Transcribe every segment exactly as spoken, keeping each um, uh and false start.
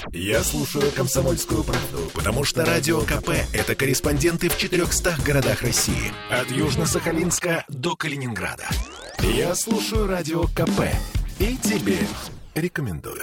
Я слушаю «Комсомольскую правду», потому что Радио КП – это корреспонденты в четырехстах городах России. От Южно-Сахалинска до Калининграда. Я слушаю Радио КП и тебе рекомендую.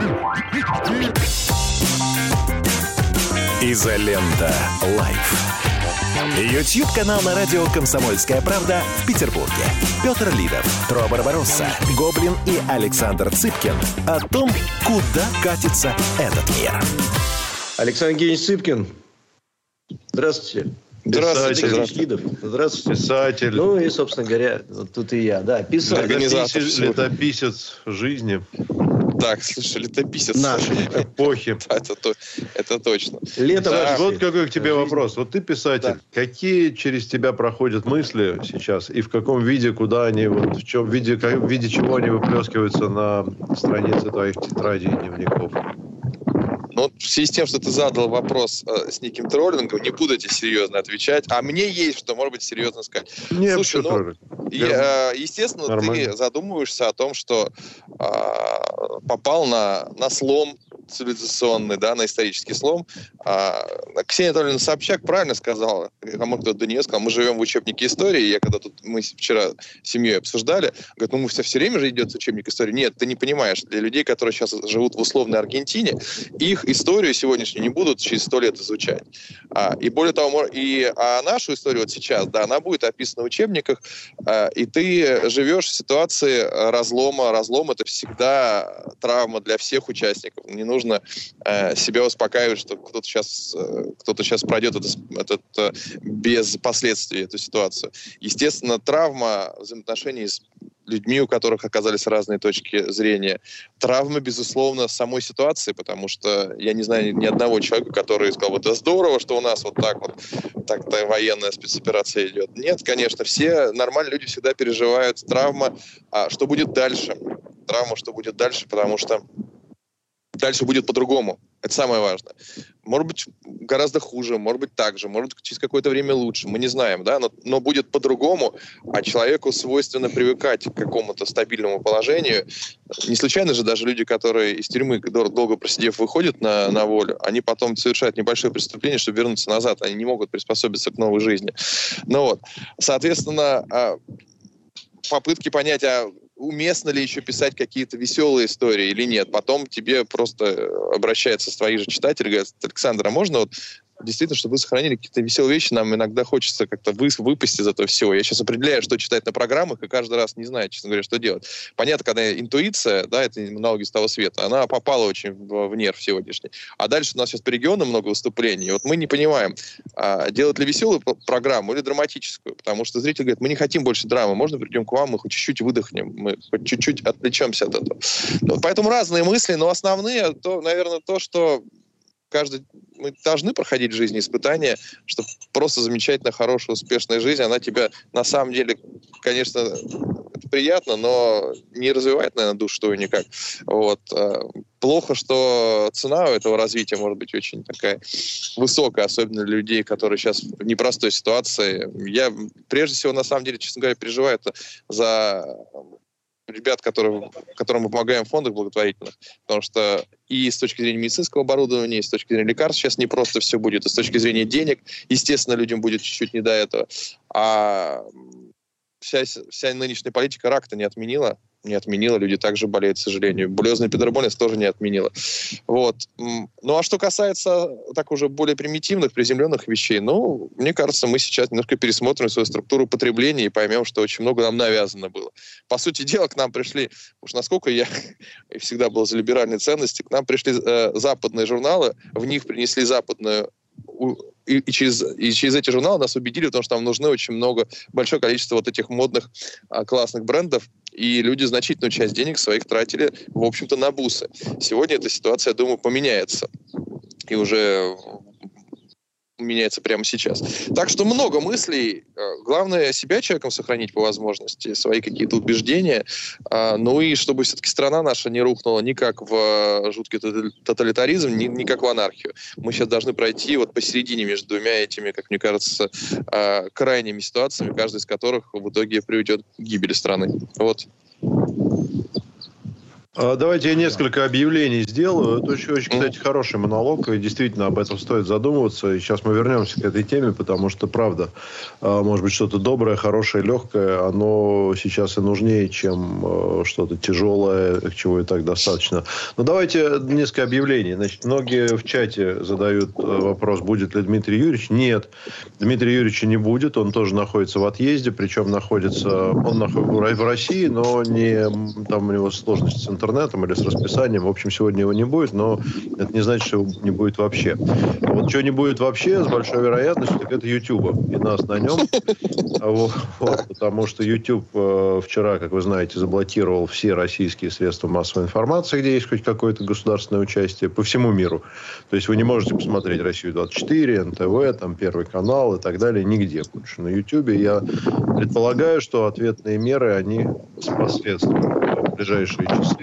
Изолента Лайф. Ютьюб-канал на радио «Комсомольская правда» в Петербурге. Петр Лидов, Тро Барбаросса, Гоблин и Александр Цыпкин о том, куда катится этот мир. Александр Евгеньевич Цыпкин. Здравствуйте. Здравствуйте. Здравствуйте. Лидов. Здравствуйте. Писатель. Ну и, собственно говоря, вот тут и я. Да, писатель. Летописец, летописец жизни. Так, слушай, летописец нашей эпохи. Да, это, то, это точно. Лето да, вот какой к тебе жизни. Вопрос. Вот ты писатель. Да. Какие через тебя проходят мысли сейчас? И в каком виде, куда они, вот, в чем виде, как, в виде чего они выплескиваются на странице твоих тетрадей и дневников? Ну, в связи с тем, что ты задал вопрос э, с неким троллингом, не буду тебе серьезно отвечать. А мне есть, что, может быть, серьезно сказать. Нет, слушай, ну, я, естественно, Нормально. Ты задумываешься о том, что э, попал на, на слом цивилизационный, да, на исторический слом. А, Ксения Анатольевна Собчак правильно сказала, кому кто-то до нее сказал, мы живем в учебнике истории. Я когда тут, мы вчера с семьей обсуждали, говорят, ну мы все, все время же идет учебник истории. Нет, ты не понимаешь. Для людей, которые сейчас живут в условной Аргентине, их историю сегодняшнюю не будут через сто лет изучать. А, и более того, и, а нашу историю вот сейчас, да, она будет описана в учебниках, а, и ты живешь в ситуации разлома. Разлом — это всегда травма для всех участников. Не нужно э, себя успокаивать, что кто-то сейчас, э, кто-то сейчас пройдет это, это, это без последствий, эту ситуацию. Естественно, травма взаимоотношений с людьми, у которых оказались разные точки зрения. Травма, безусловно, самой ситуации, потому что я не знаю ни одного человека, который сказал, вот это здорово, что у нас вот так вот так-то военная спецоперация идет. Нет, конечно, все нормальные люди всегда переживают травму, а что будет дальше? Травма, что будет дальше, потому что дальше будет по-другому. Это самое важное. Может быть, гораздо хуже, может быть, так же, может быть, через какое-то время лучше. Мы не знаем, да, но, но будет по-другому, а человеку свойственно привыкать к какому-то стабильному положению. Не случайно же даже люди, которые из тюрьмы, долго просидев, выходят на, на волю, они потом совершают небольшое преступление, чтобы вернуться назад. Они не могут приспособиться к новой жизни. Ну вот, соответственно, попытки понять, а уместно ли еще писать какие-то веселые истории или нет. Потом тебе просто обращаются твои же читатели, говорят, Александр, а можно вот действительно, чтобы вы сохранили какие-то веселые вещи, нам иногда хочется как-то вы, выпасть из этого всего. Я сейчас определяю, что читать на программах, и каждый раз не знаю, честно говоря, что делать. Понятно, когда интуиция, да, это аналоги с того света, она попала очень в, в нерв сегодняшний. А дальше у нас сейчас по регионам много выступлений. И вот мы не понимаем, а, делать ли веселую программу или драматическую, потому что зритель говорит, мы не хотим больше драмы, можно придем к вам, мы хоть чуть-чуть выдохнем, мы хоть чуть-чуть отвлечемся от этого. Ну, поэтому разные мысли, но основные, то, наверное, то, что каждый, мы должны проходить в жизни испытания, что просто замечательно, хорошая, успешная жизнь, она тебя на самом деле, конечно, это приятно, но не развивает, наверное, душу твою никак. Вот. Плохо, что цена у этого развития может быть очень такая высокая, особенно для людей, которые сейчас в непростой ситуации. Я прежде всего, на самом деле, честно говоря, переживаю это за ребят, которые, которым мы помогаем в фондах благотворительных, потому что и с точки зрения медицинского оборудования, и с точки зрения лекарств сейчас не просто все будет, и с точки зрения денег, естественно, людям будет чуть-чуть не до этого. А вся, вся нынешняя политика рак-то не отменила, не отменила, люди также болеют, к сожалению. Булезная педерболез тоже не отменила. Вот. Ну, а что касается так уже более примитивных, приземленных вещей, ну, мне кажется, мы сейчас немножко пересмотрим свою структуру потребления и поймем, что очень много нам навязано было. По сути дела, к нам пришли, уж насколько я всегда был за либеральные ценности, к нам пришли э, западные журналы, в них принесли западную И, и, через, и через эти журналы нас убедили в том, что нам нужны очень много, большое количество вот этих модных, а, классных брендов, и люди значительную часть денег своих тратили, в общем-то, на бусы. Сегодня эта ситуация, я думаю, поменяется. И уже меняется прямо сейчас. Так что много мыслей. Главное, себя человеком сохранить по возможности, свои какие-то убеждения. Ну и чтобы все-таки страна наша не рухнула ни как в жуткий тоталитаризм, ни, ни как в анархию. Мы сейчас должны пройти вот посередине между двумя этими, как мне кажется, крайними ситуациями, каждая из которых в итоге приведет к гибели страны. Вот. Давайте я несколько объявлений сделаю. Это очень, очень, кстати, хороший монолог, и действительно об этом стоит задумываться. И сейчас мы вернемся к этой теме, потому что, правда, может быть, что-то доброе, хорошее, легкое, оно сейчас и нужнее, чем что-то тяжелое, чего и так достаточно. Но давайте несколько объявлений. Значит, многие в чате задают вопрос, будет ли Дмитрий Юрьевич. Нет, Дмитрия Юрьевича не будет. Он тоже находится в отъезде, причем находится он находится в России, но не там у него сложности с интернетом. интернетом или с расписанием. В общем, сегодня его не будет, но это не значит, что его не будет вообще. А вот что не будет вообще, с большой вероятностью, так это YouTube. И нас на нем. Вот, вот, потому что YouTube э, вчера, как вы знаете, заблокировал все российские средства массовой информации, где есть хоть какое-то государственное участие, по всему миру. То есть вы не можете посмотреть Россию двадцать четыре, эн тэ вэ, там, Первый канал и так далее, нигде больше. На YouTube я предполагаю, что ответные меры, они последствия в ближайшие часы.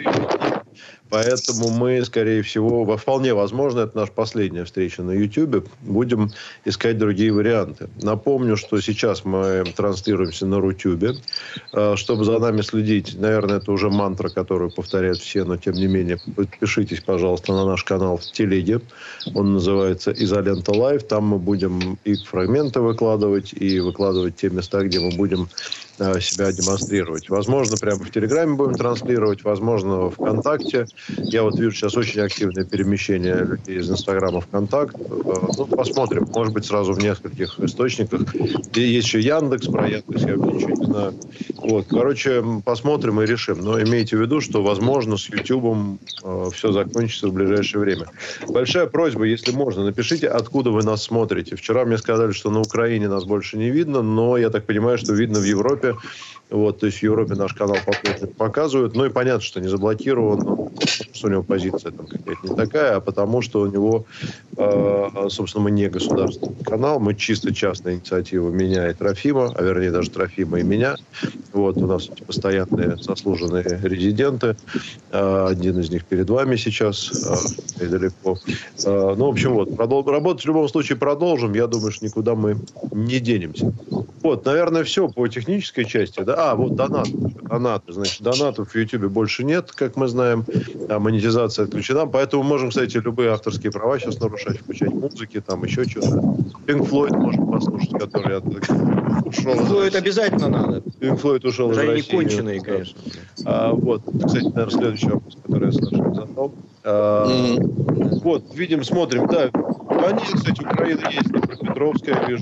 Поэтому мы, скорее всего, вполне возможно, это наша последняя встреча на YouTube, будем искать другие варианты. Напомню, что сейчас мы транслируемся на Рутюбе. Чтобы за нами следить, наверное, это уже мантра, которую повторяют все, но тем не менее, подпишитесь, пожалуйста, на наш канал в Телеге. Он называется «Изолента Лайв». Там мы будем и фрагменты выкладывать, и выкладывать те места, где мы будем себя демонстрировать. Возможно, прямо в Телеграме будем транслировать, возможно, ВКонтакте. Я вот вижу сейчас очень активное перемещение людей из Инстаграма в ВКонтакт. Ну, посмотрим. Может быть, сразу в нескольких источниках. И есть еще Яндекс, про Яндекс я ничего не знаю. Вот. Короче, посмотрим и решим. Но имейте в виду, что, возможно, с Ютубом э, все закончится в ближайшее время. Большая просьба, если можно, напишите, откуда вы нас смотрите. Вчера мне сказали, что на Украине нас больше не видно, но я так понимаю, что видно в Европе. Вот, то есть в Европе наш канал показывают. Ну и понятно, что не заблокирован, но, что у него позиция там какая-то не такая, а потому что у него, э, собственно, мы не государственный канал, мы чисто частная инициатива меня и Трофима, а вернее даже Трофима и меня. Вот, у нас эти постоянные заслуженные резиденты. Э, один из них перед вами сейчас, э, недалеко. Э, ну, в общем, вот, продол- работать в любом случае продолжим. Я думаю, что никуда мы не денемся. Вот, наверное, все по технической части, да. А, вот донат. Донаты. Значит, донатов в Ютубе больше нет, как мы знаем. А монетизация отключена. Поэтому можем, кстати, любые авторские права сейчас нарушать, включать музыки, там еще что-то. Pink Floyd можем послушать, который от... ушел. Pink Floyd обязательно надо. Pink Floyd ушел уже из они России. конченые, конечно. А, вот, кстати, наверное, следующий вопрос, который я слышал, задал. А, mm-hmm. Вот, видим, смотрим. Да, они, кстати, Украина есть, Днепропетровская, вижу,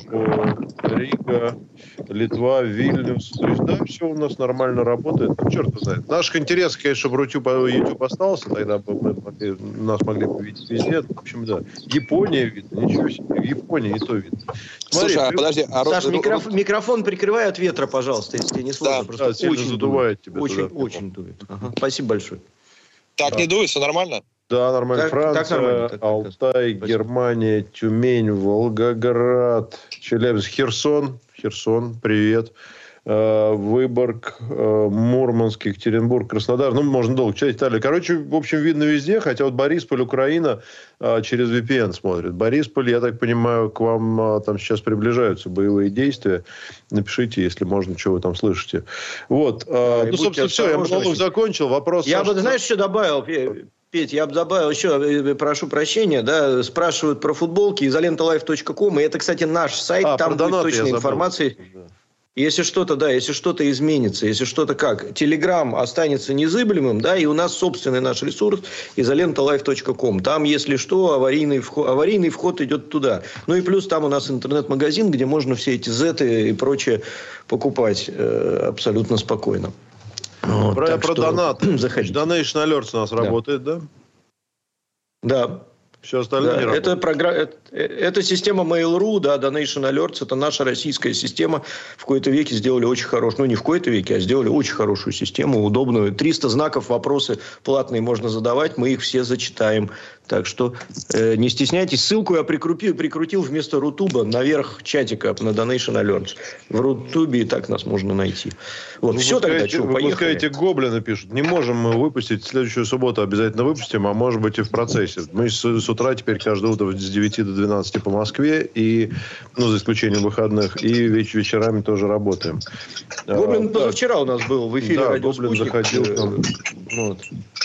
Рига, Литва, Вильнюс. То есть, да, все у нас нормально работает. Ну, черт знает. Наших интересов, конечно, чтобы YouTube, YouTube остался, тогда бы мы могли, нас могли бы видеть везде. В общем, да. Япония видно, ничего себе. В Японии и то видно. Смотри, Слушай, а ты... подожди. А Саш, ру... микроф... микрофон прикрывай от ветра, пожалуйста, если тебе не сложно. Да, просто да, очень задувает тебя. Очень, туда. очень дует. Ага. Спасибо большое. Так да. Не дует, все нормально? Да, нормально. Так, Франция, так нормально, так, Алтай, так, Германия, Тюмень, Волгоград, Челябинск, Херсон. Херсон, привет. Выборг, Мурманск, Екатеринбург, Краснодар. Ну, можно долго читать. Италия. Короче, в общем, видно везде. Хотя вот Борисполь, Украина через ви пи эн смотрит. Борисполь, я так понимаю, к вам там сейчас приближаются боевые действия. Напишите, если можно, что вы там слышите. Вот. Да, ну, собственно, все. Я монолог закончил. Вопрос... Я Саша... бы, знаешь, что добавил? Петь, я бы добавил еще, прошу прощения, да, спрашивают про футболки, изолента лайв точка ком, и это, кстати, наш сайт, а, там будет точная информация. Да. Если что-то, да, если что-то изменится, если что-то как, Телеграм останется незыблемым, да, и у нас собственный наш ресурс изолента лайв точка ком. Там, если что, аварийный вход, аварийный вход идет туда. Ну и плюс там у нас интернет-магазин, где можно все эти зеты и прочее покупать э, абсолютно спокойно. Вот, про про донаты. Заходите. Donation Alerts у нас да. работает, да? Да. Все остальное да, не это, програ... это, это система Mail.ru, да, Donation Alerts, это наша российская система. В кои-то веке сделали очень хорошую, ну не в кои-то веке, а сделали очень хорошую систему, удобную. триста знаков, вопросы платные можно задавать, мы их все зачитаем. Так что э, не стесняйтесь. Ссылку я прикрутил, прикрутил вместо Рутуба наверх чатика на Donation Alerts. В Рутубе и так нас можно найти. Вот, вы все тогда, что, поехали. Выпускаете гоблины, пишут. Не можем мы выпустить. В следующую субботу обязательно выпустим, а может быть и в процессе. Мы с, с утра теперь каждое утро с девяти до двенадцати по Москве, и, ну, за исключением выходных, и веч- вечерами тоже работаем. Гоблин а, позавчера так. у нас был в эфире да, радио Гоблин Спутник. заходил там. Вот.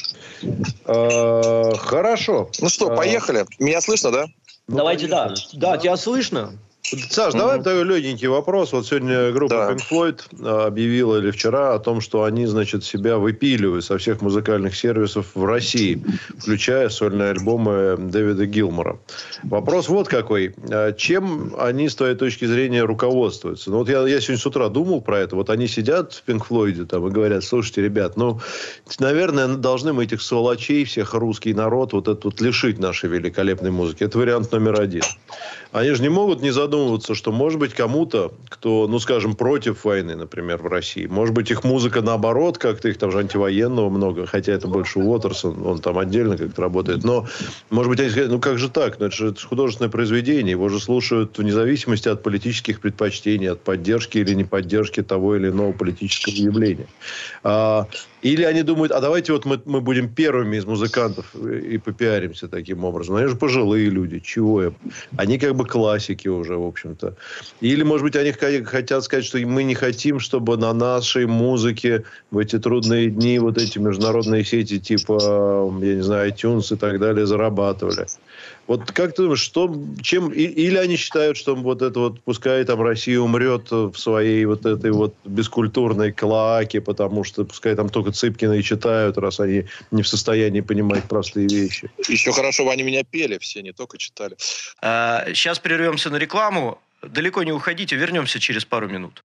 А, хорошо. Ну что, поехали. Меня слышно, да? Ну, Давайте, да. Да, тебя слышно? Саш, mm-hmm. давай такой легенький вопрос. Вот сегодня группа да. Pink Floyd объявила или вчера о том, что они, значит, себя выпиливают со всех музыкальных сервисов в России, включая сольные альбомы Дэвида Гилмора. Вопрос вот какой. Чем они, с твоей точки зрения, руководствуются? Ну, вот я, я сегодня с утра думал про это. Вот они сидят в Pink Floyd там, и говорят, слушайте, ребят, ну, наверное, должны мы этих сволочей, всех русский народ, вот этот вот лишить нашей великолепной музыки. Это вариант номер один. Они же не могут не задумываться, что, может быть, кому-то, кто, ну, скажем, против войны, например, в России, может быть, их музыка наоборот, как-то их там же антивоенного много, хотя это больше Уотерсон, он там отдельно как-то работает, но, может быть, они скажут, ну, как же так? Ну, это же художественное произведение, его же слушают вне зависимости от политических предпочтений, от поддержки или неподдержки того или иного политического явления. А, или они думают, а давайте вот мы, мы будем первыми из музыкантов и попиаримся таким образом. Они же пожилые люди, чего я? Они как бы классики уже, в общем-то. Или, может быть, они хотят сказать, что мы не хотим, чтобы на нашей музыке в эти трудные дни вот эти международные сети типа, я не знаю, iTunes и так далее зарабатывали. Вот как ты думаешь, что, чем, или они считают, что вот это вот, пускай там Россия умрет в своей вот этой вот бескультурной клоаке, потому что пускай там только Цыпкина и читают, раз они не в состоянии понимать простые вещи. Еще хорошо, они меня пели все, не только читали. А, сейчас прервемся на рекламу. Далеко не уходите, вернемся через пару минут.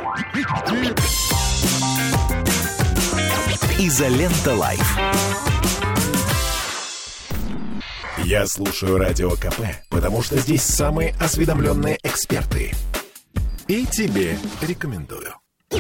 Изолента Лайф. Я слушаю Радио КП, потому что здесь самые осведомленные эксперты. И тебе рекомендую.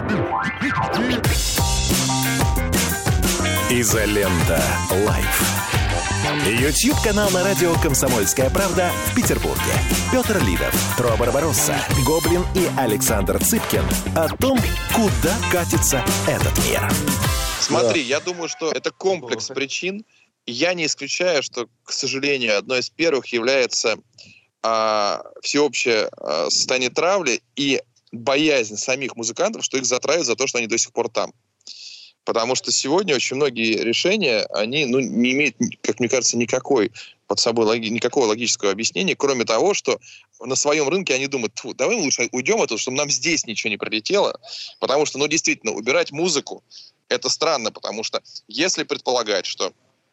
Изолента Лайф. Ютьюб-канал на радио «Комсомольская правда» в Петербурге. Петр Лидов, Тро Барбаросса, Гоблин и Александр Цыпкин о том, куда катится этот мир. Смотри, я думаю, что это комплекс причин. Я не исключаю, что, к сожалению, одной из первых является а, всеобщее а, состояние травли и боязнь самих музыкантов, что их затравят за то, что они до сих пор там. Потому что сегодня очень многие решения, они ну, не имеют, как мне кажется, никакой под собой логи, никакого логического объяснения, кроме того, что на своем рынке они думают, тьфу, давай мы лучше уйдем оттуда, чтобы нам здесь ничего не прилетело. Потому что, ну, действительно, убирать музыку — это странно, потому что если предполагать, что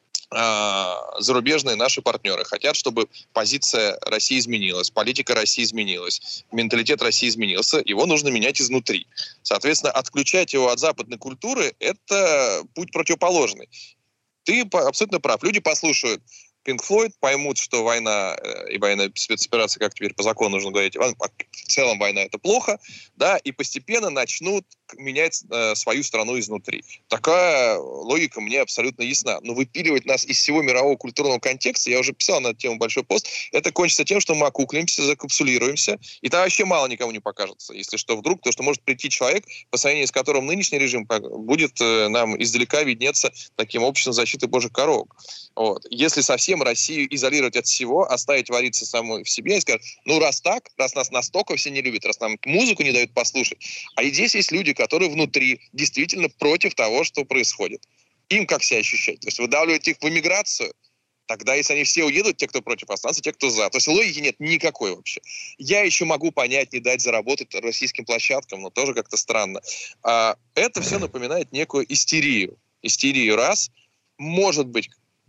зарубежные наши партнеры хотят, чтобы позиция России изменилась, политика России изменилась, менталитет России изменился, его нужно менять изнутри. Соответственно, отключать его от западной культуры – это путь противоположный. Ты абсолютно прав. Люди послушают Pink Floyd, поймут, что война и военная спецоперация, как теперь по закону нужно говорить, в целом война — это плохо, да, и постепенно начнут менять э, свою страну изнутри. Такая логика мне абсолютно ясна. Но выпиливать нас из всего мирового культурного контекста, я уже писал на эту тему большой пост, это кончится тем, что мы окуклимся, закапсулируемся, и тогда вообще мало никому не покажется. Если что, вдруг, то что может прийти человек, по сравнению с которым нынешний режим будет э, нам издалека виднеться таким обществом защиты божьих коровок. Вот. Если совсем Россию изолировать от всего, оставить вариться самой в себе и сказать, ну раз так, раз нас настолько все не любят, раз нам музыку не дают послушать, а и здесь есть люди, которые внутри действительно против того, что происходит. Им как себя ощущать? То есть выдавливать их в эмиграцию? Тогда, если они все уедут, те, кто против, останутся те, кто за. То есть логики нет никакой вообще. Я еще могу понять, не дать заработать российским площадкам, но тоже как-то странно. А это все напоминает некую истерию. Истерию раз. Может быть,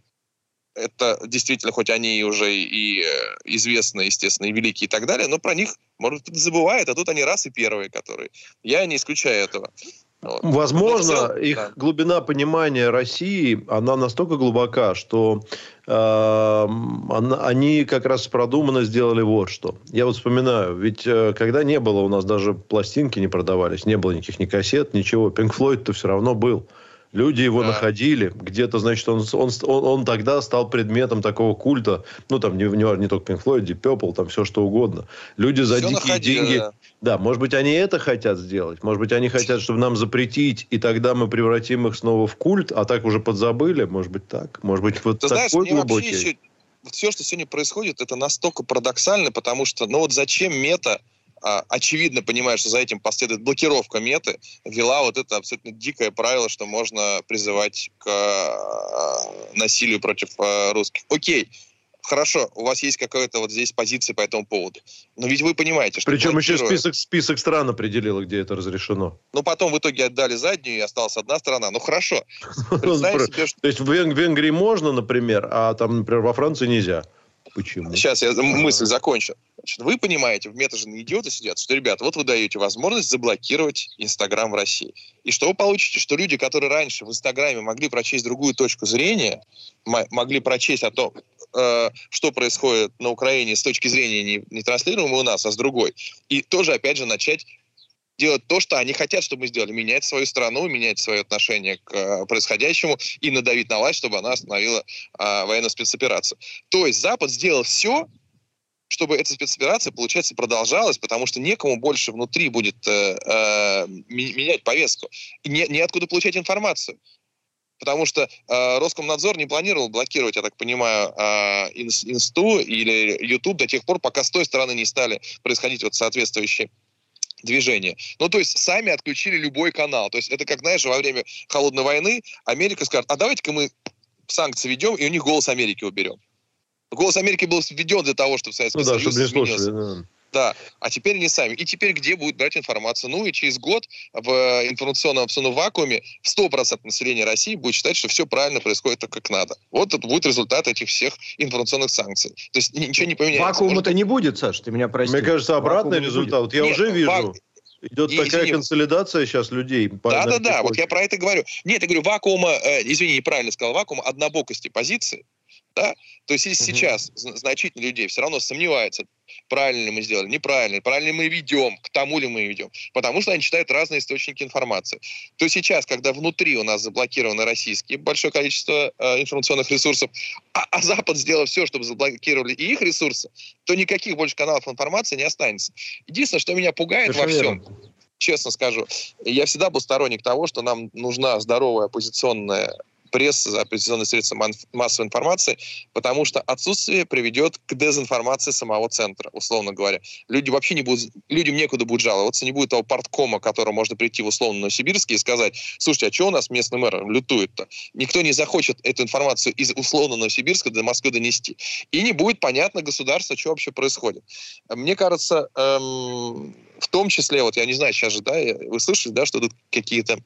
это действительно, хоть они уже и известны, естественно, и великие и так далее, но про них, может быть, забывают, а тут они раз и первые, которые. Я не исключаю этого. Вот. Возможно, целом, их да. глубина понимания России, она настолько глубока, что э, она, они как раз продуманно сделали вот что. Я вот вспоминаю, ведь э, когда не было, у нас даже пластинки не продавались, не было никаких ни кассет, ничего. Pink Floyd-то все равно был. Люди его да. находили. Где-то, значит, он, он, он, он тогда стал предметом такого культа. Ну, там, не, не, не только Pink Floyd, Deep Purple, там все что угодно. Люди за все дикие находили, деньги... Да. да, может быть, они это хотят сделать. Может быть, они хотят, чтобы нам запретить, и тогда мы превратим их снова в культ, а так уже подзабыли. Может быть, так. Может быть, вот Ты такой знаешь, глубокий... Еще, все, что сегодня происходит, это настолько парадоксально, потому что, ну вот зачем мета очевидно понимая, что за этим последует блокировка меты, ввела вот это абсолютно дикое правило, что можно призывать к насилию против русских. Окей. Хорошо, у вас есть какая-то вот здесь позиция по этому поводу. Но ведь вы понимаете, что... Причем еще список, список стран определила, где это разрешено. Ну, потом в итоге отдали заднюю, и осталась одна страна. Ну, хорошо. Представим себе, что... То есть в Венгрии можно, например, а там, например, во Франции нельзя. Почему? Сейчас я мысль закончу. Значит, вы понимаете, в мета же идиоты сидят, что, ребята, вот вы даете возможность заблокировать Инстаграм в России. И что вы получите? Что люди, которые раньше в Инстаграме могли прочесть другую точку зрения, могли прочесть о том, э, что происходит на Украине с точки зрения не, не транслируемой у нас, а с другой. И тоже, опять же, начать делать то, что они хотят, чтобы мы сделали. Менять свою страну, менять свое отношение к э, происходящему и надавить на власть, чтобы она остановила э, военную спецоперацию. То есть Запад сделал все, чтобы эта спецоперация, получается, продолжалась, потому что некому больше внутри будет э, э, менять повестку. И не, неоткуда получать информацию. Потому что э, Роскомнадзор не планировал блокировать, я так понимаю, э, Инсту или Ютуб до тех пор, пока с той стороны не стали происходить вот соответствующие движения. Ну, то есть сами отключили любой канал. То есть это как, знаешь, во время холодной войны Америка скажет, а давайте-ка мы санкции ведем, и у них «Голос Америки» уберем. «Голос Америки» был введен для того, чтобы Советский ну, да, Союз чтобы изменился. Слушали, да. Да, а теперь они сами. И теперь где будут брать информацию? Ну и через год в информационном абсолютном вакууме сто процентов населения России будет считать, что все правильно происходит так, как надо. Вот это будет результат этих всех информационных санкций. То есть ничего не поменяется. Вакуума-то Может... не будет, Саш, ты меня прости. Мне кажется, обратный результат. Вот я Нет, уже вижу. Вак... Идет и, такая извини. консолидация сейчас людей. Да-да-да, вот я про это говорю. Нет, я говорю, вакуума, э, извини, неправильно сказал, вакуума однобокости позиции. Да? То есть если uh-huh. сейчас значительно людей все равно сомневаются, правильно ли мы сделали, неправильно, правильно ли мы ведем, к тому ли мы ведем, потому что они читают разные источники информации. То сейчас, когда внутри у нас заблокированы российские большое количество э, информационных ресурсов, а, а Запад сделал все, чтобы заблокировали и их ресурсы, то никаких больше каналов информации не останется. Единственное, что меня пугает Совершенно во всем, верно. Честно скажу, я всегда был сторонник того, что нам нужна здоровая оппозиционная пресса, оппозиционные средства массовой информации, потому что отсутствие приведет к дезинформации самого центра, условно говоря. Люди вообще не будут, людям некуда будет жаловаться, не будет того парткома, к которому можно прийти в условно Новосибирске и сказать, слушайте, а что у нас местный мэр лютует-то? Никто не захочет эту информацию из условно Новосибирска до Москвы донести. И не будет понятно государству, что вообще происходит. Мне кажется, эм, в том числе, вот я не знаю, сейчас же, да, вы слышали, да, что тут какие-то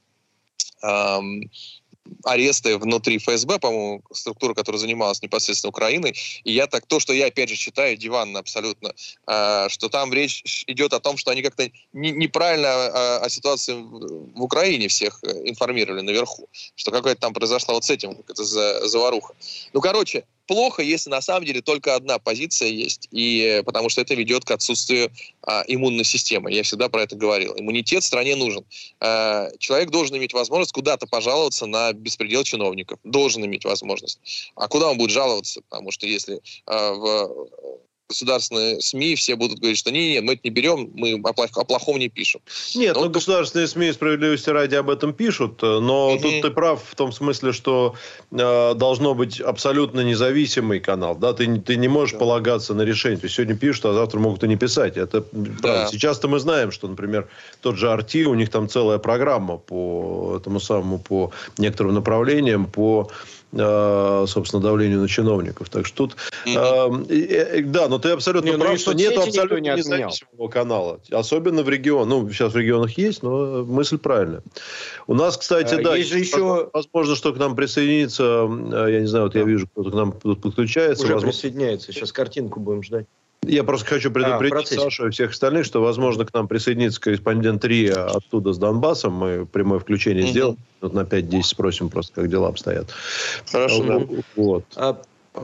эм, аресты внутри эф эс бэ, по-моему, структура, которая занималась непосредственно Украиной. И я так, то, что я, опять же, считаю диванно абсолютно, э, что там речь идет о том, что они как-то не, неправильно о, о ситуации в, в Украине всех информировали наверху. Что какая-то там произошла вот с этим, какая-то за, заваруха. Ну, короче, плохо, если на самом деле только одна позиция есть, и, потому что это ведет к отсутствию а, иммунной системы. Я всегда про это говорил. Иммунитет стране нужен. А, человек должен иметь возможность куда-то пожаловаться на беспредел чиновников. Должен иметь возможность. А куда он будет жаловаться? Потому что если а, в государственные СМИ все будут говорить, что не-не, мы это не берем, мы о, плох- о плохом не пишем. Нет, но ну, государственные СМИ, справедливости ради, об этом пишут, но mm-hmm. тут ты прав в том смысле, что э, должно быть абсолютно независимый канал. Да? Ты, ты не можешь да. полагаться на решение. То есть сегодня пишут, а завтра могут и не писать. Это правда. Да. Сейчас-то мы знаем, что, например, тот же ар ти, у них там целая программа по этому самому, по некоторым направлениям, по собственно, давлению на чиновников. Так что тут... Mm-hmm. э, да, но ты абсолютно не, прав, ну, что нет абсолютно не независимого канала. Особенно в регионах. Ну, сейчас в регионах есть, но мысль правильная. У нас, кстати, а, да, есть же еще... возможно, что к нам присоединится, я не знаю, вот да. я вижу, кто-то к нам тут подключается. Уже возможно... присоединяется. Сейчас картинку будем ждать. Я просто хочу предупредить а, Сашу и всех остальных, что, возможно, к нам присоединится корреспондент РИА оттуда, с Донбассом. Мы прямое включение угу. сделаем. Тут на пять-десять спросим просто, как дела обстоят. Хорошо, да. Вот. А...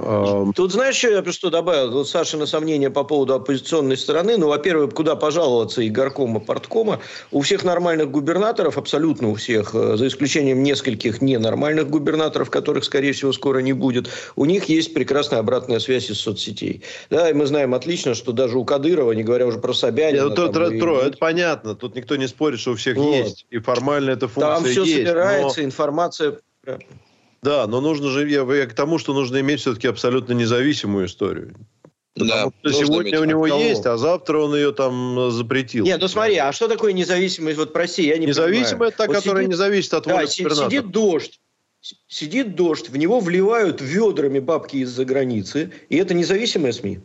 Тут знаешь, что я что добавил? Вот Саша на сомнения по поводу оппозиционной стороны. Ну, во-первых, куда пожаловаться и горкома, порткома. У всех нормальных губернаторов, абсолютно у всех, за исключением нескольких ненормальных губернаторов, которых, скорее всего, скоро не будет, у них есть прекрасная обратная связь из соцсетей. Да, и мы знаем отлично, что даже у Кадырова, не говоря уже про Собянина... Нет, ну, там, Тро, и... это понятно. Тут никто не спорит, что у всех вот. есть. И формально эта функция там все есть. собирается, но... информация... Да, но нужно же, я, я к тому, что нужно иметь все-таки абсолютно независимую историю. Потому да, что сегодня у него есть, а завтра он ее там запретил. Нет, ну смотри, а что такое независимость вот в России? Я не Независимая это та, вот которая сидит, не зависит от воли да, губернатора. Сидит дождь, сидит дождь, в него вливают ведрами бабки из-за границы, и это независимая СМИ?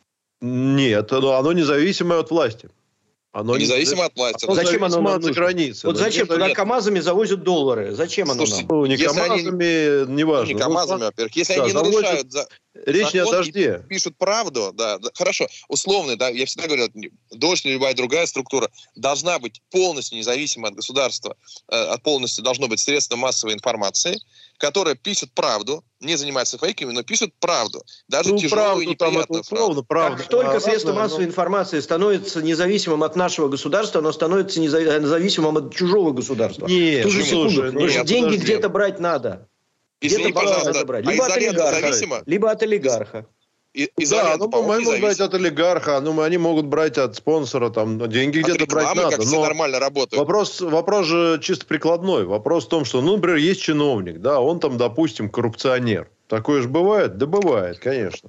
Нет, оно независимое от власти. Оно независимо от власти. Оно зачем оно нам нужно? Границы, вот зачем? Туда нет. КАМАЗами завозят доллары. Зачем Слушайте, оно нам? Ну, не КАМАЗами, они, неважно. Не КАМАЗами, ну, во-первых. Если да, они завозят... нарушают за... Речь не о дожде. Пишут правду, да, да, хорошо, условно, да, я всегда говорю, дождь или любая другая структура должна быть полностью независима от государства, э, от полностью должно быть средство массовой информации, которое пишет правду, не занимается фейками, но пишет правду. Даже ну, тяжелую и неприятную условно, правду. Как только а, средство разное, массовой но... информации становится независимым от нашего государства, оно становится независимым от чужого государства. Нет, Ту же секунду, слушай, потому что нет, деньги подожди. где-то брать надо. Извини, где-то пожалуйста, брать. а Либо, от олигарха, зависимо? либо от олигарха. И, да, ну, мы могут брать от олигарха, ну, они могут брать от спонсора, там, деньги от где-то брать надо. Как все но нормально работают. Вопрос, вопрос же чисто прикладной. Вопрос в том, что, ну, например, есть чиновник, да, он там, допустим, коррупционер. Такое же бывает? Да бывает, конечно.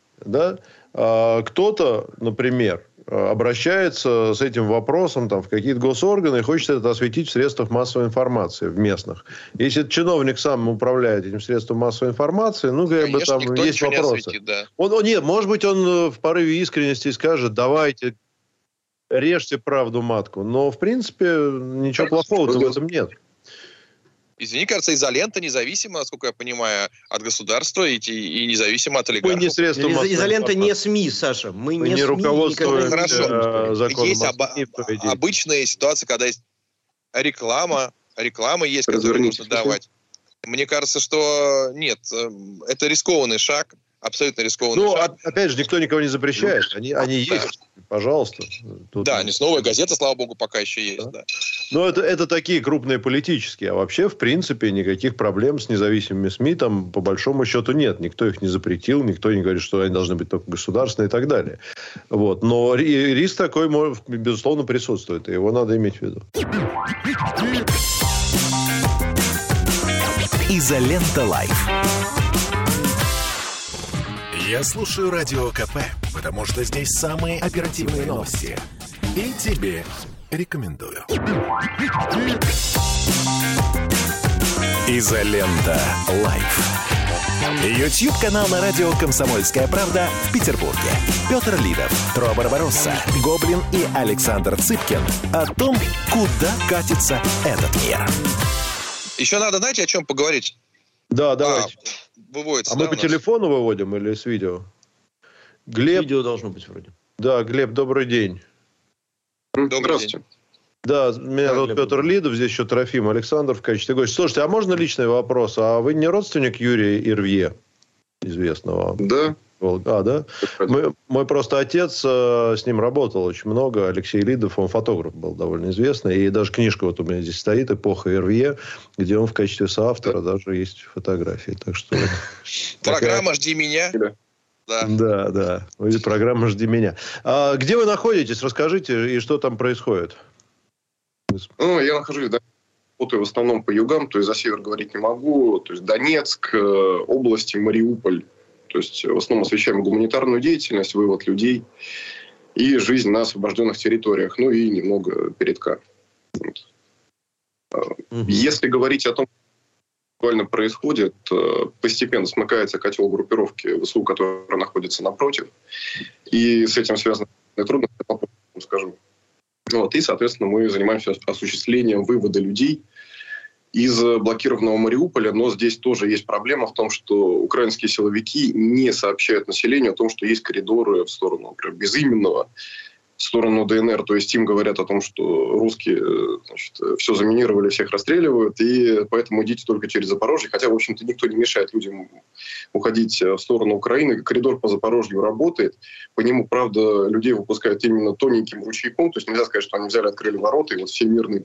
Да? А, кто-то, например, обращается с этим вопросом там, в какие-то госорганы и хочет это осветить в средствах массовой информации, в местных. Если чиновник сам управляет этим средством массовой информации, ну, как бы там есть вопросы. Осветит, да. Он, он, нет, может быть, он в порыве искренности скажет, давайте, режьте правду матку. Но, в принципе, ничего плохого-то в этом нет. Извини, кажется, изолента независима, насколько я понимаю, от государства и, и независима от олигархов. Мы не средства массовой изолента не СМИ, Саша. Мы, Мы не, не СМИ, руководствуемся Хорошо. законом. Есть об, обычные ситуации, когда есть реклама, реклама есть, которую нужно давать. Мне кажется, что нет, это рискованный шаг. Абсолютно рискованный ну, шаг. опять же, никто никого не запрещает. Они, они да. есть. Пожалуйста. Тут... Да, не новая газета, слава богу, пока еще есть. Да. Да. Но это, это такие крупные политические. А вообще, в принципе, никаких проблем с независимыми СМИ там, по большому счету, нет. Никто их не запретил, никто не говорит, что они должны быть только государственные и так далее. Вот. Но риск такой, безусловно, присутствует. И его надо иметь в виду. Изолента Лайф. Я слушаю Радио КП, потому что здесь самые оперативные новости. И тебе рекомендую. Изолента Лайф. Ютьюб-канал на радио «Комсомольская правда» в Петербурге. Петр Лидов, Тро Барбаросса, Гоблин и Александр Цыпкин о том, куда катится этот мир. Еще надо, знаете, о чем поговорить? Да, давайте. А, выводится, а да, мы по нас? телефону выводим или с видео? Глеб... Видео должно быть вроде. Да, Глеб, добрый день. Добрый день. Да, меня да, зовут Глеб. Петр Лидов, здесь еще Трофим Александр в качестве гостя. Слушайте, а можно личный вопрос? А вы не родственник Юрия Ирвье, известного? Да. А, да? Мы, мой просто отец э, с ним работал очень много. Алексей Лидов, он фотограф был довольно известный. И даже книжка вот у меня здесь стоит, «Эпоха Ирвье», где он в качестве соавтора да. даже есть фотографии. Так что... Программа «Жди меня». Да, да. да. Программа «Жди меня». А где вы находитесь? Расскажите, и что там происходит? Ну, я нахожусь, да, работаю в основном по югам, то есть за север говорить не могу. То есть Донецк, области, Мариуполь. То есть в основном освещаем гуманитарную деятельность, вывод людей и жизнь на освобожденных территориях. Ну и немного передка. Вот. Mm-hmm. Если говорить о том, что актуально происходит, постепенно смыкается котел группировки ВСУ, которая находится напротив. И с этим связаны трудности, скажу. Вот. И, соответственно, мы занимаемся осуществлением вывода людей из блокированного Мариуполя, но здесь тоже есть проблема в том, что украинские силовики не сообщают населению о том, что есть коридоры в сторону, например, безыменного, в сторону ДНР. То есть им говорят о том, что русские, значит, все заминировали, всех расстреливают, и поэтому идите только через Запорожье. Хотя, в общем-то, никто не мешает людям уходить в сторону Украины. Коридор по Запорожью работает. По нему, правда, людей выпускают именно тоненьким ручейком. То есть нельзя сказать, что они взяли, открыли ворота, и вот все мирные.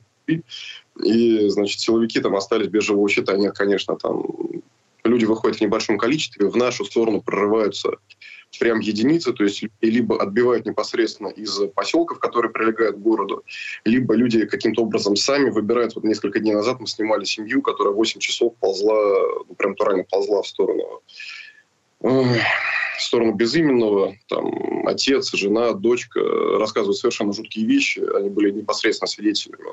И, значит, силовики там остались без живого щита. Нет, конечно, там люди выходят в небольшом количестве, в нашу сторону прорываются прям единицы, то есть либо отбивают непосредственно из поселков, которые прилегают к городу, либо люди каким-то образом сами выбирают. Вот несколько дней назад мы снимали семью, которая восемь часов ползла, ну, прям турально ползла в сторону в сторону безыменного, там, отец, жена, дочка рассказывают совершенно жуткие вещи. Они были непосредственно свидетелями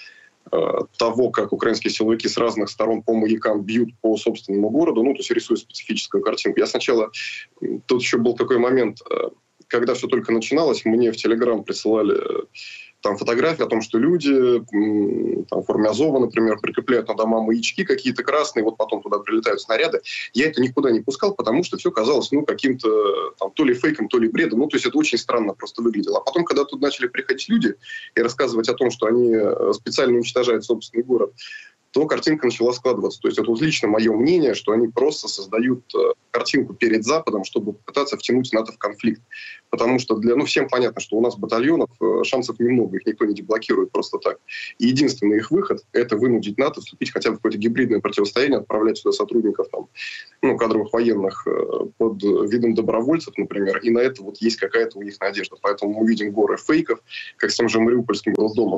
того, как украинские силовики с разных сторон по маякам бьют по собственному городу, ну, то есть рисуют специфическую картинку. Я сначала... Тут еще был такой момент, когда все только начиналось, мне в Телеграм присылали там фотографии о том, что люди там, в форме Азова, например, прикрепляют на дома маячки какие-то красные, вот потом туда прилетают снаряды. Я это никуда не пускал, потому что все казалось, ну, каким-то там то ли фейком, то ли бредом. Ну, то есть это очень странно просто выглядело. А потом, когда тут начали приходить люди и рассказывать о том, что они специально уничтожают собственный город, то картинка начала складываться. То есть это вот лично мое мнение, что они просто создают картинку перед Западом, чтобы попытаться втянуть НАТО в конфликт. Потому что для, ну, всем понятно, что у нас батальонов шансов немного, их никто не деблокирует просто так. И единственный их выход – это вынудить НАТО вступить хотя бы в какое-то гибридное противостояние, отправлять сюда сотрудников, там, ну, кадровых военных под видом добровольцев, например, и на это вот есть какая-то у них надежда. Поэтому мы видим горы фейков, как с тем же Мариупольским роддомом.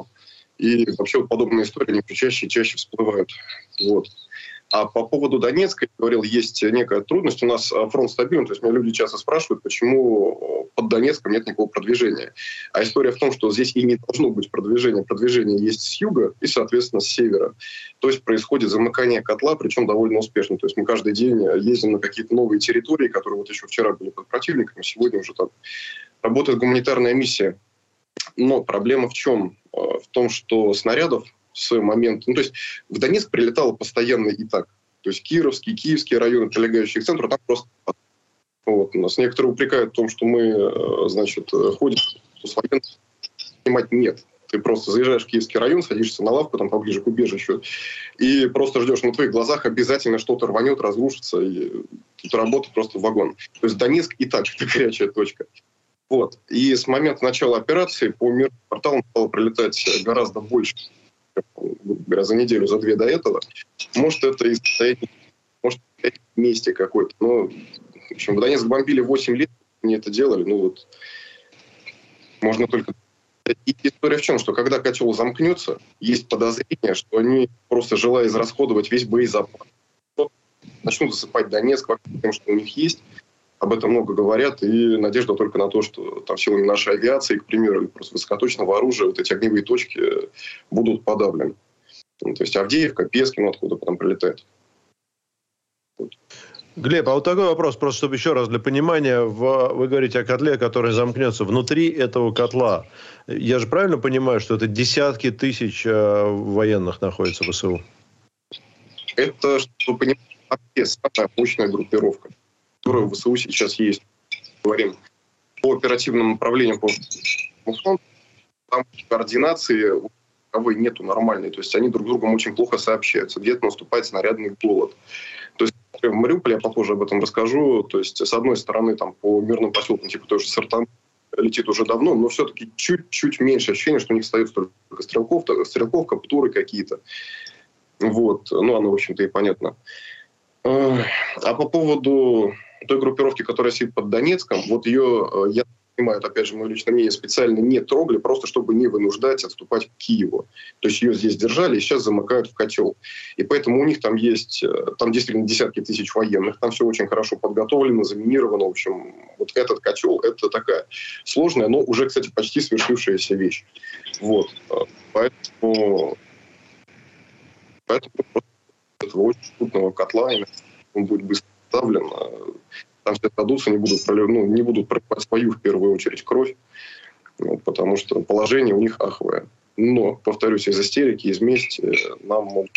И вообще вот подобные истории, они все чаще и чаще всплывают. Вот. А по поводу Донецка, я говорил, есть некая трудность. У нас фронт стабилен. То есть меня люди часто спрашивают, почему под Донецком нет никакого продвижения. А история в том, что здесь и не должно быть продвижения. Продвижение есть с юга и, соответственно, с севера. То есть происходит замыкание котла, причем довольно успешно. То есть мы каждый день ездим на какие-то новые территории, которые вот еще вчера были под противником, сегодня уже там работает гуманитарная миссия. Но проблема в чем? В том, что снарядов с момента... Ну, то есть в Донецк прилетало постоянно и так. То есть Кировский, Киевские районы, прилегающие к центру, там просто... Вот. Нас некоторые упрекают в том, что мы, значит, ходим с военных. Снимать нет. Ты просто заезжаешь в Киевский район, садишься на лавку, там поближе к убежищу, и просто ждешь. На твоих глазах обязательно что-то рванет, разрушится, и тут работа просто в вагон. То есть Донецк и так это горячая точка. Вот. И с момента начала операции по мирным порталам стало прилетать гораздо больше, говоря, за неделю, за две до этого. Может, это из состояния, может, вместе какой-то. Но, в общем, в Донецк бомбили восемь лет, они это делали. Ну вот, можно только... И история в чем? Что когда котел замкнется, есть подозрение, что они, просто желая израсходовать весь боезапас, начнут засыпать Донецк тем, что у них есть. Об этом много говорят, и надежда только на то, что там силами нашей авиации, к примеру, или просто высокоточного оружия, вот эти огневые точки будут подавлены. Ну, то есть Авдеевка, Пескин, ну, откуда потом прилетает. Вот. Глеб, а вот такой вопрос, просто чтобы еще раз для понимания, в, вы говорите о котле, который замкнется внутри этого котла. Я же правильно понимаю, что это десятки тысяч э, военных находится в ВСУ? Это, чтобы понимать, самая мощная группировка, которая в ВСУ сейчас есть. Говорим по оперативным направлениям, по фронту, там координации у кого нету нормальной. То есть они друг с другом очень плохо сообщаются. Где-то наступает снарядный голод. То есть в Мариуполе, я попозже об этом расскажу, то есть с одной стороны там по мирным поселкам, типа той же Сартан, летит уже давно, но все-таки чуть-чуть меньше ощущение, что у них остается только стрелков, стрелков, каптуры какие-то. Вот. Ну, оно, в общем-то, и понятно. А по поводу той группировки, которая сидит под Донецком, вот ее, я понимаю, это, опять же, мое личное мнение, специально не трогали, просто чтобы не вынуждать отступать к Киеву. То есть ее здесь держали и сейчас замыкают в котел. И поэтому у них там есть, там действительно десятки тысяч военных, там все очень хорошо подготовлено, заминировано. В общем, вот этот котел, это такая сложная, но уже, кстати, почти свершившаяся вещь. Вот. Поэтому, поэтому этого очень крупного котла, он будет быстро поставлен. Там все отдадутся, не будут, ну, не будут проливать свою, в первую очередь, кровь, ну, потому что положение у них аховое. Но, повторюсь, из истерики, из мести нам могут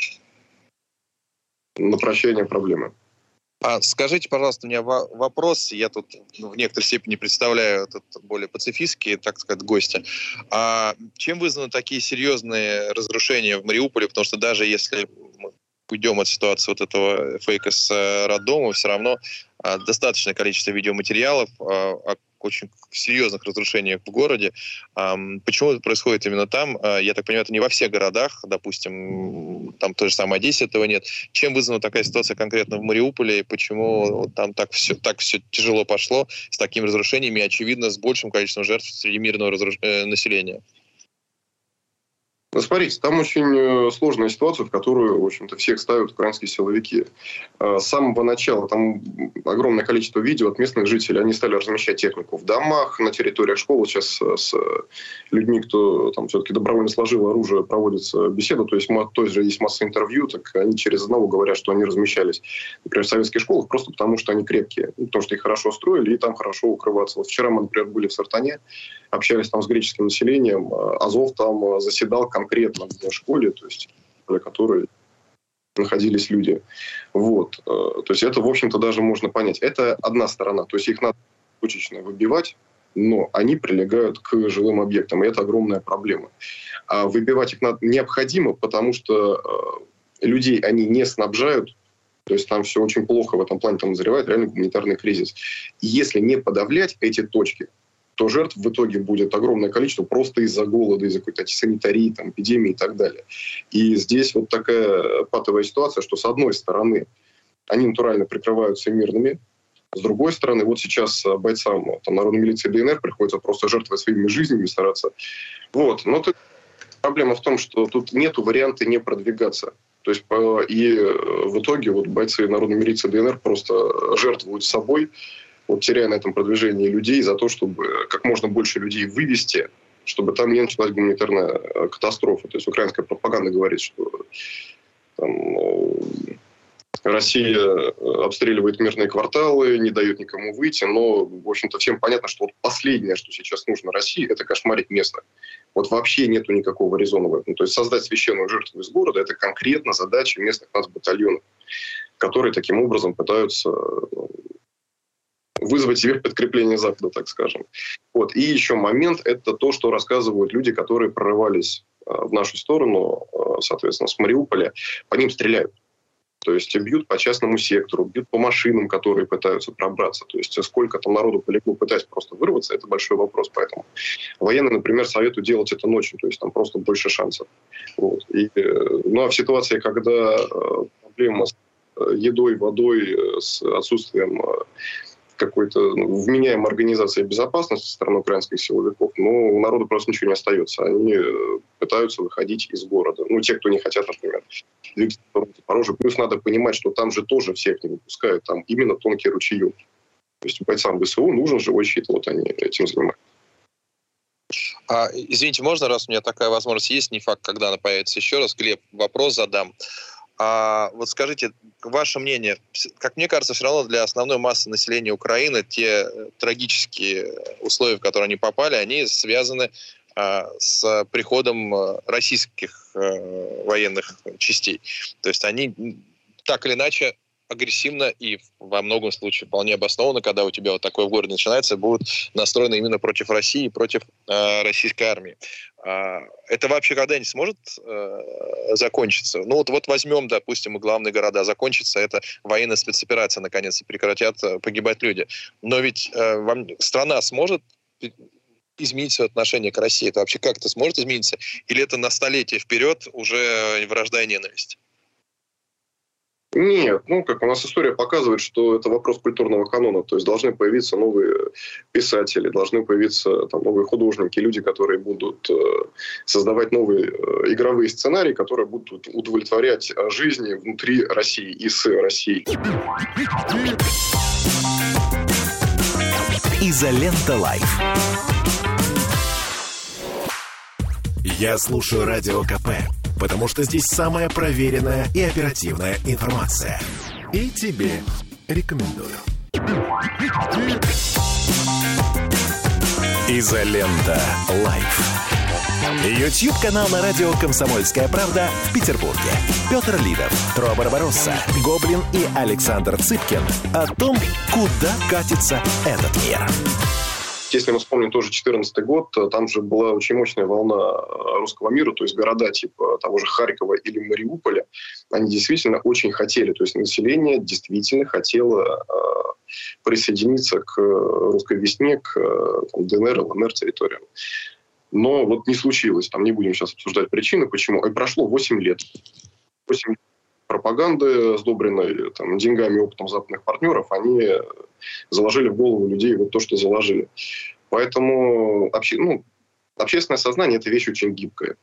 на прощание проблемы. А скажите, пожалуйста, у меня вопрос. Я тут ну, в некоторой степени представляю тут более пацифистские, так сказать, гости. А чем вызваны такие серьезные разрушения в Мариуполе? Потому что даже если мы уйдем от ситуации вот этого фейка с роддомом, все равно а, достаточное количество видеоматериалов а, о очень серьезных разрушениях в городе. А, почему это происходит именно там? А, я так понимаю, это не во всех городах, допустим, там той же самой Одессе этого нет. Чем вызвана такая ситуация конкретно в Мариуполе? Почему там так все, так все тяжело пошло с такими разрушениями, очевидно, с большим количеством жертв среди мирного разруш... э, населения? Ну, смотрите, там очень сложная ситуация, в которую, в общем-то, всех ставят украинские силовики. С самого начала там огромное количество видео от местных жителей. Они стали размещать технику в домах, на территориях школы. Сейчас с людьми, кто там все-таки добровольно сложил оружие, проводится беседа. То есть, то есть же есть масса интервью, так они через одного говорят, что они размещались, например, в советских школах, просто потому что они крепкие. Ну, потому что их хорошо строили, и там хорошо укрываться. Вот вчера мы, например, были в Сартане, общались там с греческим населением. Азов там заседал конкретно в школе, то есть в которой находились люди. Вот. То есть это, в общем-то, даже можно понять. Это одна сторона. То есть их надо точечно выбивать, но они прилегают к жилым объектам, и это огромная проблема. А выбивать их надо необходимо, потому что людей они не снабжают, то есть там все очень плохо в этом плане, там назревает реально гуманитарный кризис. И если не подавлять эти точки, то жертв в итоге будет огромное количество просто из-за голода, из-за какой-то санитарии, там, эпидемии и так далее. И здесь вот такая патовая ситуация, что с одной стороны они натурально прикрываются мирными, с другой стороны, вот сейчас бойцам там, народной милиции ДНР приходится просто жертвовать своими жизнями, стараться. Вот. Но тут проблема в том, что тут нет варианта не продвигаться. То есть, и в итоге вот бойцы народной милиции ДНР просто жертвуют собой, вот, теряя на этом продвижении людей за то, чтобы как можно больше людей вывести, чтобы там не началась гуманитарная катастрофа. То есть украинская пропаганда говорит, что там, Россия обстреливает мирные кварталы, не дает никому выйти, но, в общем-то, всем понятно, что вот последнее, что сейчас нужно России, это кошмарить местных. Вот вообще нету никакого резона в этом. То есть создать священную жертву из города – это конкретно задача местных нацбатальонов, которые таким образом пытаются вызвать себе подкрепление Запада, так скажем. Вот. И еще момент – это то, что рассказывают люди, которые прорывались в нашу сторону, соответственно, с Мариуполя. По ним стреляют. То есть бьют по частному сектору, бьют по машинам, которые пытаются пробраться. То есть сколько там народу полегло, пытаясь просто вырваться, это большой вопрос. Поэтому военные, например, советуют делать это ночью, то есть там просто больше шансов. Вот. И, ну а в ситуации, когда проблема с едой, водой, с отсутствием какой-то ну, вменяемой организации безопасности со стороны украинских силовиков, но у народа просто ничего не остается. Они пытаются выходить из города. Ну, те, кто не хотят, например, двигаться в сторону Запорожья. Плюс надо понимать, что там же тоже всех не выпускают. Там именно тонкий ручеек. То есть бойцам ВСУ нужен живой щит. Вот они этим занимаются. А, извините, можно, раз у меня такая возможность есть, не факт, когда она появится еще раз, Глеб, вопрос задам. А вот скажите, ваше мнение, как мне кажется, все равно для основной массы населения Украины те трагические условия, в которые они попали, они связаны а, с приходом российских а, военных частей. То есть они так или иначе агрессивно и во многом случаях вполне обоснованно, когда у тебя вот такое в городе начинается, будут настроены именно против России, против э, российской армии. Э, это вообще когда-нибудь сможет э, закончиться? Ну вот, вот возьмем, допустим, главные города. Закончится это военная спецоперация, наконец, и прекратят погибать люди. Но ведь э, вам, страна сможет изменить свое отношение к России? Это вообще как-то сможет измениться? Или это на столетие вперед уже вражда и ненависть? Нет, ну, как у нас история показывает, что это вопрос культурного канона. То есть должны появиться новые писатели, должны появиться там, новые художники, люди, которые будут э, создавать новые э, игровые сценарии, которые будут удовлетворять жизни внутри России и с Россией. Изолента Лайф. Я слушаю Радио КП, потому что здесь самая проверенная и оперативная информация. И тебе рекомендую. Изолента Лайф. Ютьюб-канал на радио «Комсомольская правда» в Петербурге. Петр Лидов, Тро Барбаросса, Гоблин и Александр Цыпкин о том, куда катится этот мир. Если мы вспомним тоже две тысячи четырнадцатый год, там же была очень мощная волна русского мира, то есть города типа того же Харькова или Мариуполя, они действительно очень хотели, то есть население действительно хотело э, присоединиться к русской весне, к там, ДНР, ЛНР территориям. Но вот не случилось, там не будем сейчас обсуждать причины, почему. И прошло восемь лет. восемь лет пропаганды, сдобренной там, деньгами и опытом западных партнеров, они заложили в голову людей вот то, что заложили. Поэтому обще, ну, общественное сознание – это вещь очень гибкая.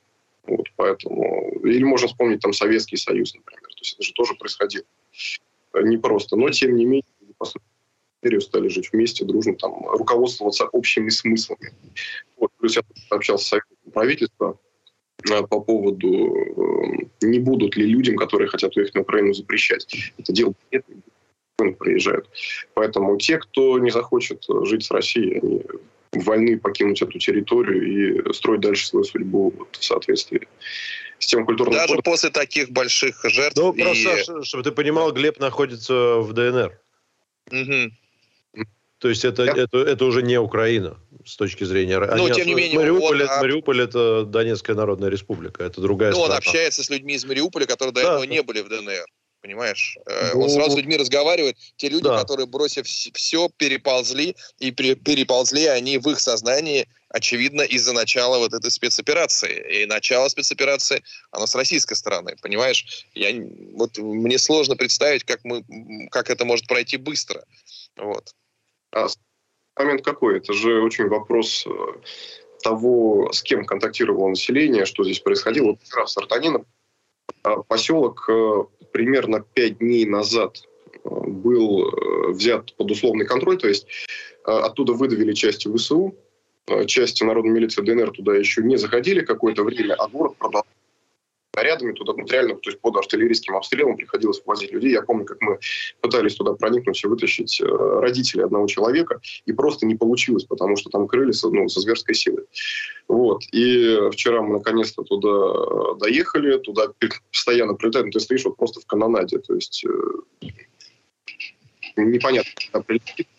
Вот, поэтому... Или можно вспомнить там Советский Союз, например. То есть это же тоже происходило непросто. Но, тем не менее, по стали жить вместе, дружно, там, руководствоваться общими смыслами. Вот. Плюс я общался с советником правительства по поводу, не будут ли людям, которые хотят уехать на Украину, запрещать. Это дело нет, приезжают. Поэтому те, кто не захочет жить с Россией, они вольны покинуть эту территорию и строить дальше свою судьбу вот, в соответствии с тем культурным Даже кодом. после таких больших жертв. Ну, и... просто, чтобы ты понимал, Глеб находится в ДНР. Угу. То есть это, это, это уже не Украина с точки зрения... Но, Они тем не менее, Мариуполь, он... это, Мариуполь это Донецкая Народная Республика. Это другая Но страна. он общается с людьми из Мариуполя, которые до да. этого не были в ДНР. Понимаешь? Ну, он сразу с людьми разговаривает. Те люди, да. которые, бросив все, переползли, и переползли они в их сознании, очевидно, из-за начала вот этой спецоперации. И начало спецоперации, оно с российской стороны. Понимаешь? Я, вот, мне сложно представить, как, мы, как это может пройти быстро. Вот. А момент какой? Это же очень вопрос того, с кем контактировало население, что здесь происходило. Вот как раз Сартанина, поселок примерно пять дней назад был взят под условный контроль, то есть оттуда выдавили части ВСУ, части народной милиции ДНР туда еще не заходили какое-то время, а город продолжал снарядами туда, ну, реально, то есть под артиллерийским обстрелом приходилось ввозить людей. Я помню, как мы пытались туда проникнуть и вытащить родителей одного человека, и просто не получилось, потому что там крыли со, ну, со зверской силой. Вот. И вчера мы наконец-то туда доехали, туда постоянно прилетают, ты стоишь вот просто в канонаде, то есть э, непонятно, когда прилетит.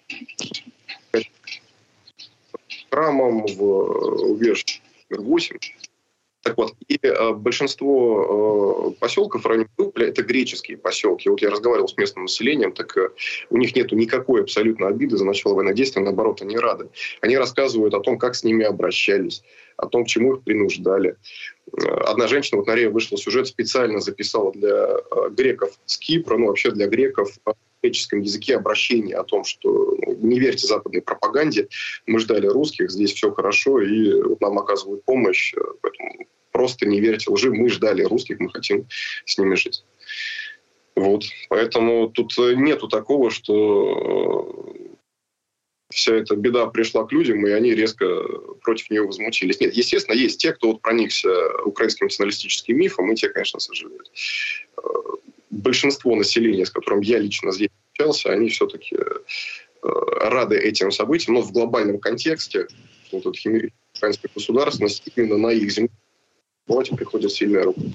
Храмом в убежище номер восемь. Так вот, и э, большинство э, поселков в районе Мариуполя – это греческие поселки. Вот я разговаривал с местным населением, так э, у них нет никакой абсолютно обиды за начало военных действий, наоборот, они рады. Они рассказывают о том, как с ними обращались, о том, к чему их принуждали. Одна женщина, вот на Рее вышел сюжет, специально записала для э, греков с Кипра, ну вообще для греков в греческом языке обращение о том, что ну, не верьте западной пропаганде, мы ждали русских, здесь все хорошо, и вот нам оказывают помощь, поэтому просто не верьте лжи, мы ждали русских, мы хотим с ними жить. Вот. Поэтому тут нету такого, что вся эта беда пришла к людям, и они резко против нее возмутились. Нет, естественно, есть те, кто вот проникся украинским националистическим мифом, и те, конечно, сожалеют. Большинство населения, с которым я лично здесь общался, они все-таки рады этим событиям, но в глобальном контексте вот эта химерическая украинская государственность именно на их земле давайте приходит сильная рука.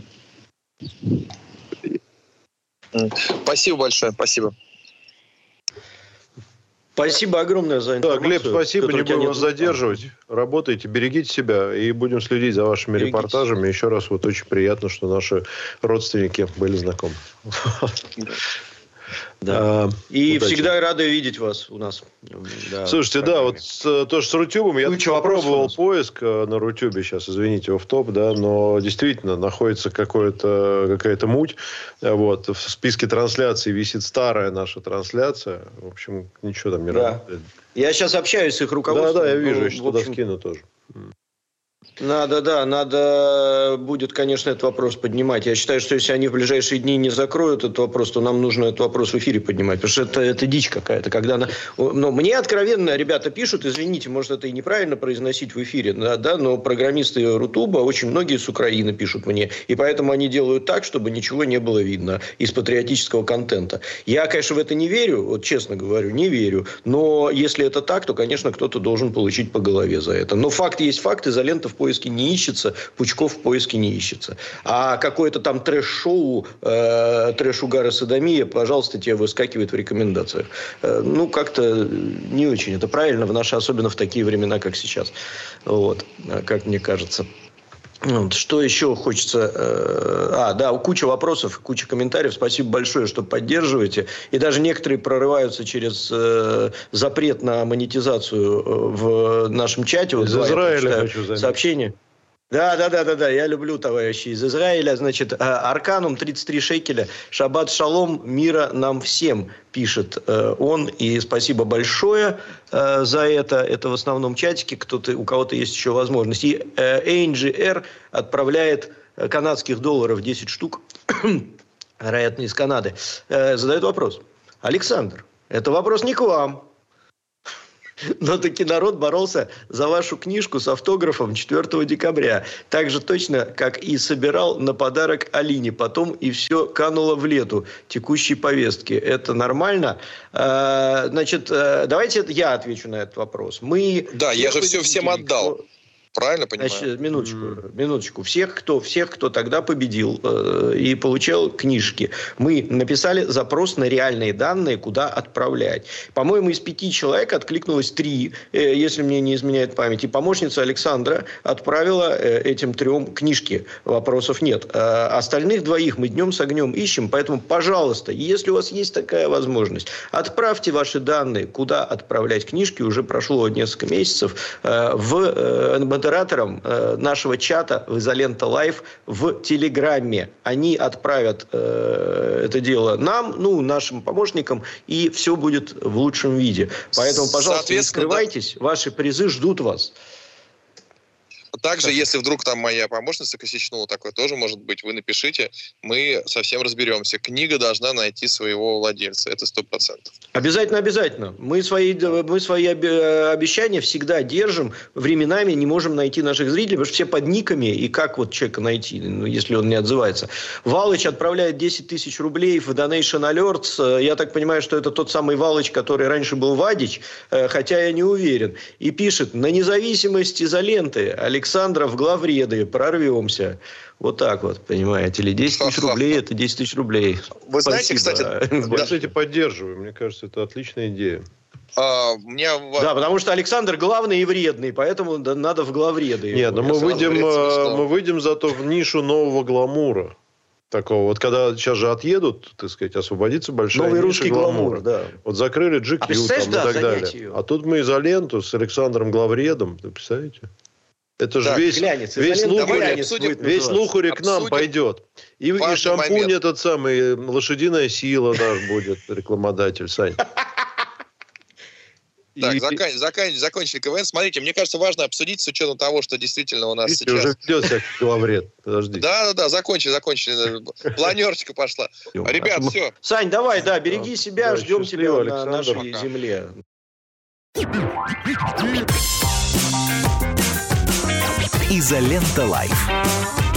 Спасибо большое, спасибо. Спасибо огромное за информацию. Да, Глеб, спасибо, Петр, не будем нет... вас задерживать. Работайте, берегите себя и будем следить за вашими берегите. репортажами. Еще раз вот очень приятно, что наши родственники были знакомы. Да. А, и удачи. Всегда рады видеть вас у нас. Да, Слушайте, да, вот с, тоже с Рутюбом я попробовал поиск на Рутюбе сейчас, извините, офф-топ, да, но действительно находится какая-то муть. Вот, в списке трансляций висит старая наша трансляция. В общем, ничего там не да. работает. Я сейчас общаюсь с их руководством. Да, да, я вижу, ну, я туда общем... скину тоже. Надо, да, надо будет, конечно, этот вопрос поднимать. Я считаю, что если они в ближайшие дни не закроют этот вопрос, то нам нужно этот вопрос в эфире поднимать, потому что это, это дичь какая-то. Когда она... Но мне откровенно ребята пишут, извините, может, это и неправильно произносить в эфире, да, да, но программисты Рутуба, очень многие с Украины пишут мне, и поэтому они делают так, чтобы ничего не было видно из патриотического контента. Я, конечно, в это не верю, вот честно говорю, не верю, но если это так, то, конечно, кто-то должен получить по голове за это. Но факт есть факт, изолента в поиске не ищется, Пучков в поиске не ищется. А какое-то там трэш-шоу, э, трэш-угар и содомия, пожалуйста, тебе выскакивает в рекомендациях. Э, ну, как-то не очень это правильно, в наши, особенно в такие времена, как сейчас. Вот, как мне кажется. Вот. Что еще хочется... А, да, куча вопросов, куча комментариев. Спасибо большое, что поддерживаете. И даже некоторые прорываются через э, запрет на монетизацию в нашем чате. Вот из Израиля хочу заметить. Сообщение. Да, да, да, да, да, я люблю товарищей из Израиля. Значит, Арканум тридцать три шекеля. Шаббат шалом, мира нам всем, пишет он. И спасибо большое за это. Это в основном чатике, кто-то, у кого-то есть еще возможность. И Эйнджи Р отправляет канадских долларов десять штук, вероятно, из Канады. Задает вопрос. Александр, это вопрос не к вам. Но таки народ боролся за вашу книжку с автографом четвёртого декабря. Так же точно, как и собирал на подарок Алине. Потом и все кануло в лету текущей повестки. Это нормально? Значит, давайте я отвечу на этот вопрос. Мы да, я же все всем отдал. Кто... Правильно понимаю? Значит, минуточку, mm. минуточку. Всех кто, всех, кто тогда победил э, и получал книжки, мы написали запрос на реальные данные, куда отправлять. По-моему, из пяти человек откликнулось три, э, если мне не изменяет память. И помощница Александра отправила э, этим трем книжки. Вопросов нет. Э, остальных двоих мы днем с огнем ищем. Поэтому, пожалуйста, если у вас есть такая возможность, отправьте ваши данные, куда отправлять книжки. Уже прошло несколько месяцев. Э, в э, модератором э, нашего чата в Изолента Лайв в Телеграме. Они отправят э, это дело нам, ну, нашим помощникам, и все будет в лучшем виде. Поэтому, пожалуйста, не скрывайтесь. Да. Ваши призы ждут вас. Также, так. если вдруг там моя помощница косячнула, такое тоже может быть, вы напишите, мы совсем разберемся. Книга должна найти своего владельца, это сто процентов. Обязательно, обязательно. Мы свои, мы свои обещания всегда держим. Временами не можем найти наших зрителей, потому что все под никами, и как вот человека найти, ну, если он не отзывается. Валыч отправляет десять тысяч рублей в Donation Alerts. Я так понимаю, что это тот самый Валыч, который раньше был Вадич, хотя я не уверен. И пишет: на независимость изоленты Александра в главреды прорвемся. Вот так вот, понимаете ли. десять тысяч рублей – это десять тысяч рублей. Вы знаете, кстати... Я, кстати, поддерживаю. Мне кажется, это отличная идея. А, меня... Да, потому что Александр главный и вредный, поэтому надо в главреды. Нет, но мы выйдем, мы выйдем зато в нишу нового гламура. Такого вот, когда сейчас же отъедут, так сказать, освободится большая новый ниша русский гламур, да. Вот закрыли джи кью а там, да, и так далее. Ее. А тут мы изоленту с Александром Главредом, вы представляете? Это же весь, глянец, весь лухарь, весь лухарь к нам пойдет. И, и шампунь момент. Этот самый, лошадиная сила наш будет, рекламодатель, Сань. Так, и... закон, закон, закончили КВН. Смотрите, мне кажется, важно обсудить с учетом того, что действительно у нас Видите, сейчас... уже ведется главред. Подожди. Да-да-да, закончили, закончили. Планерочка пошла. Ребят, все. Сань, давай, да, береги себя, ждем тебя на нашей земле. Изолента Лайф.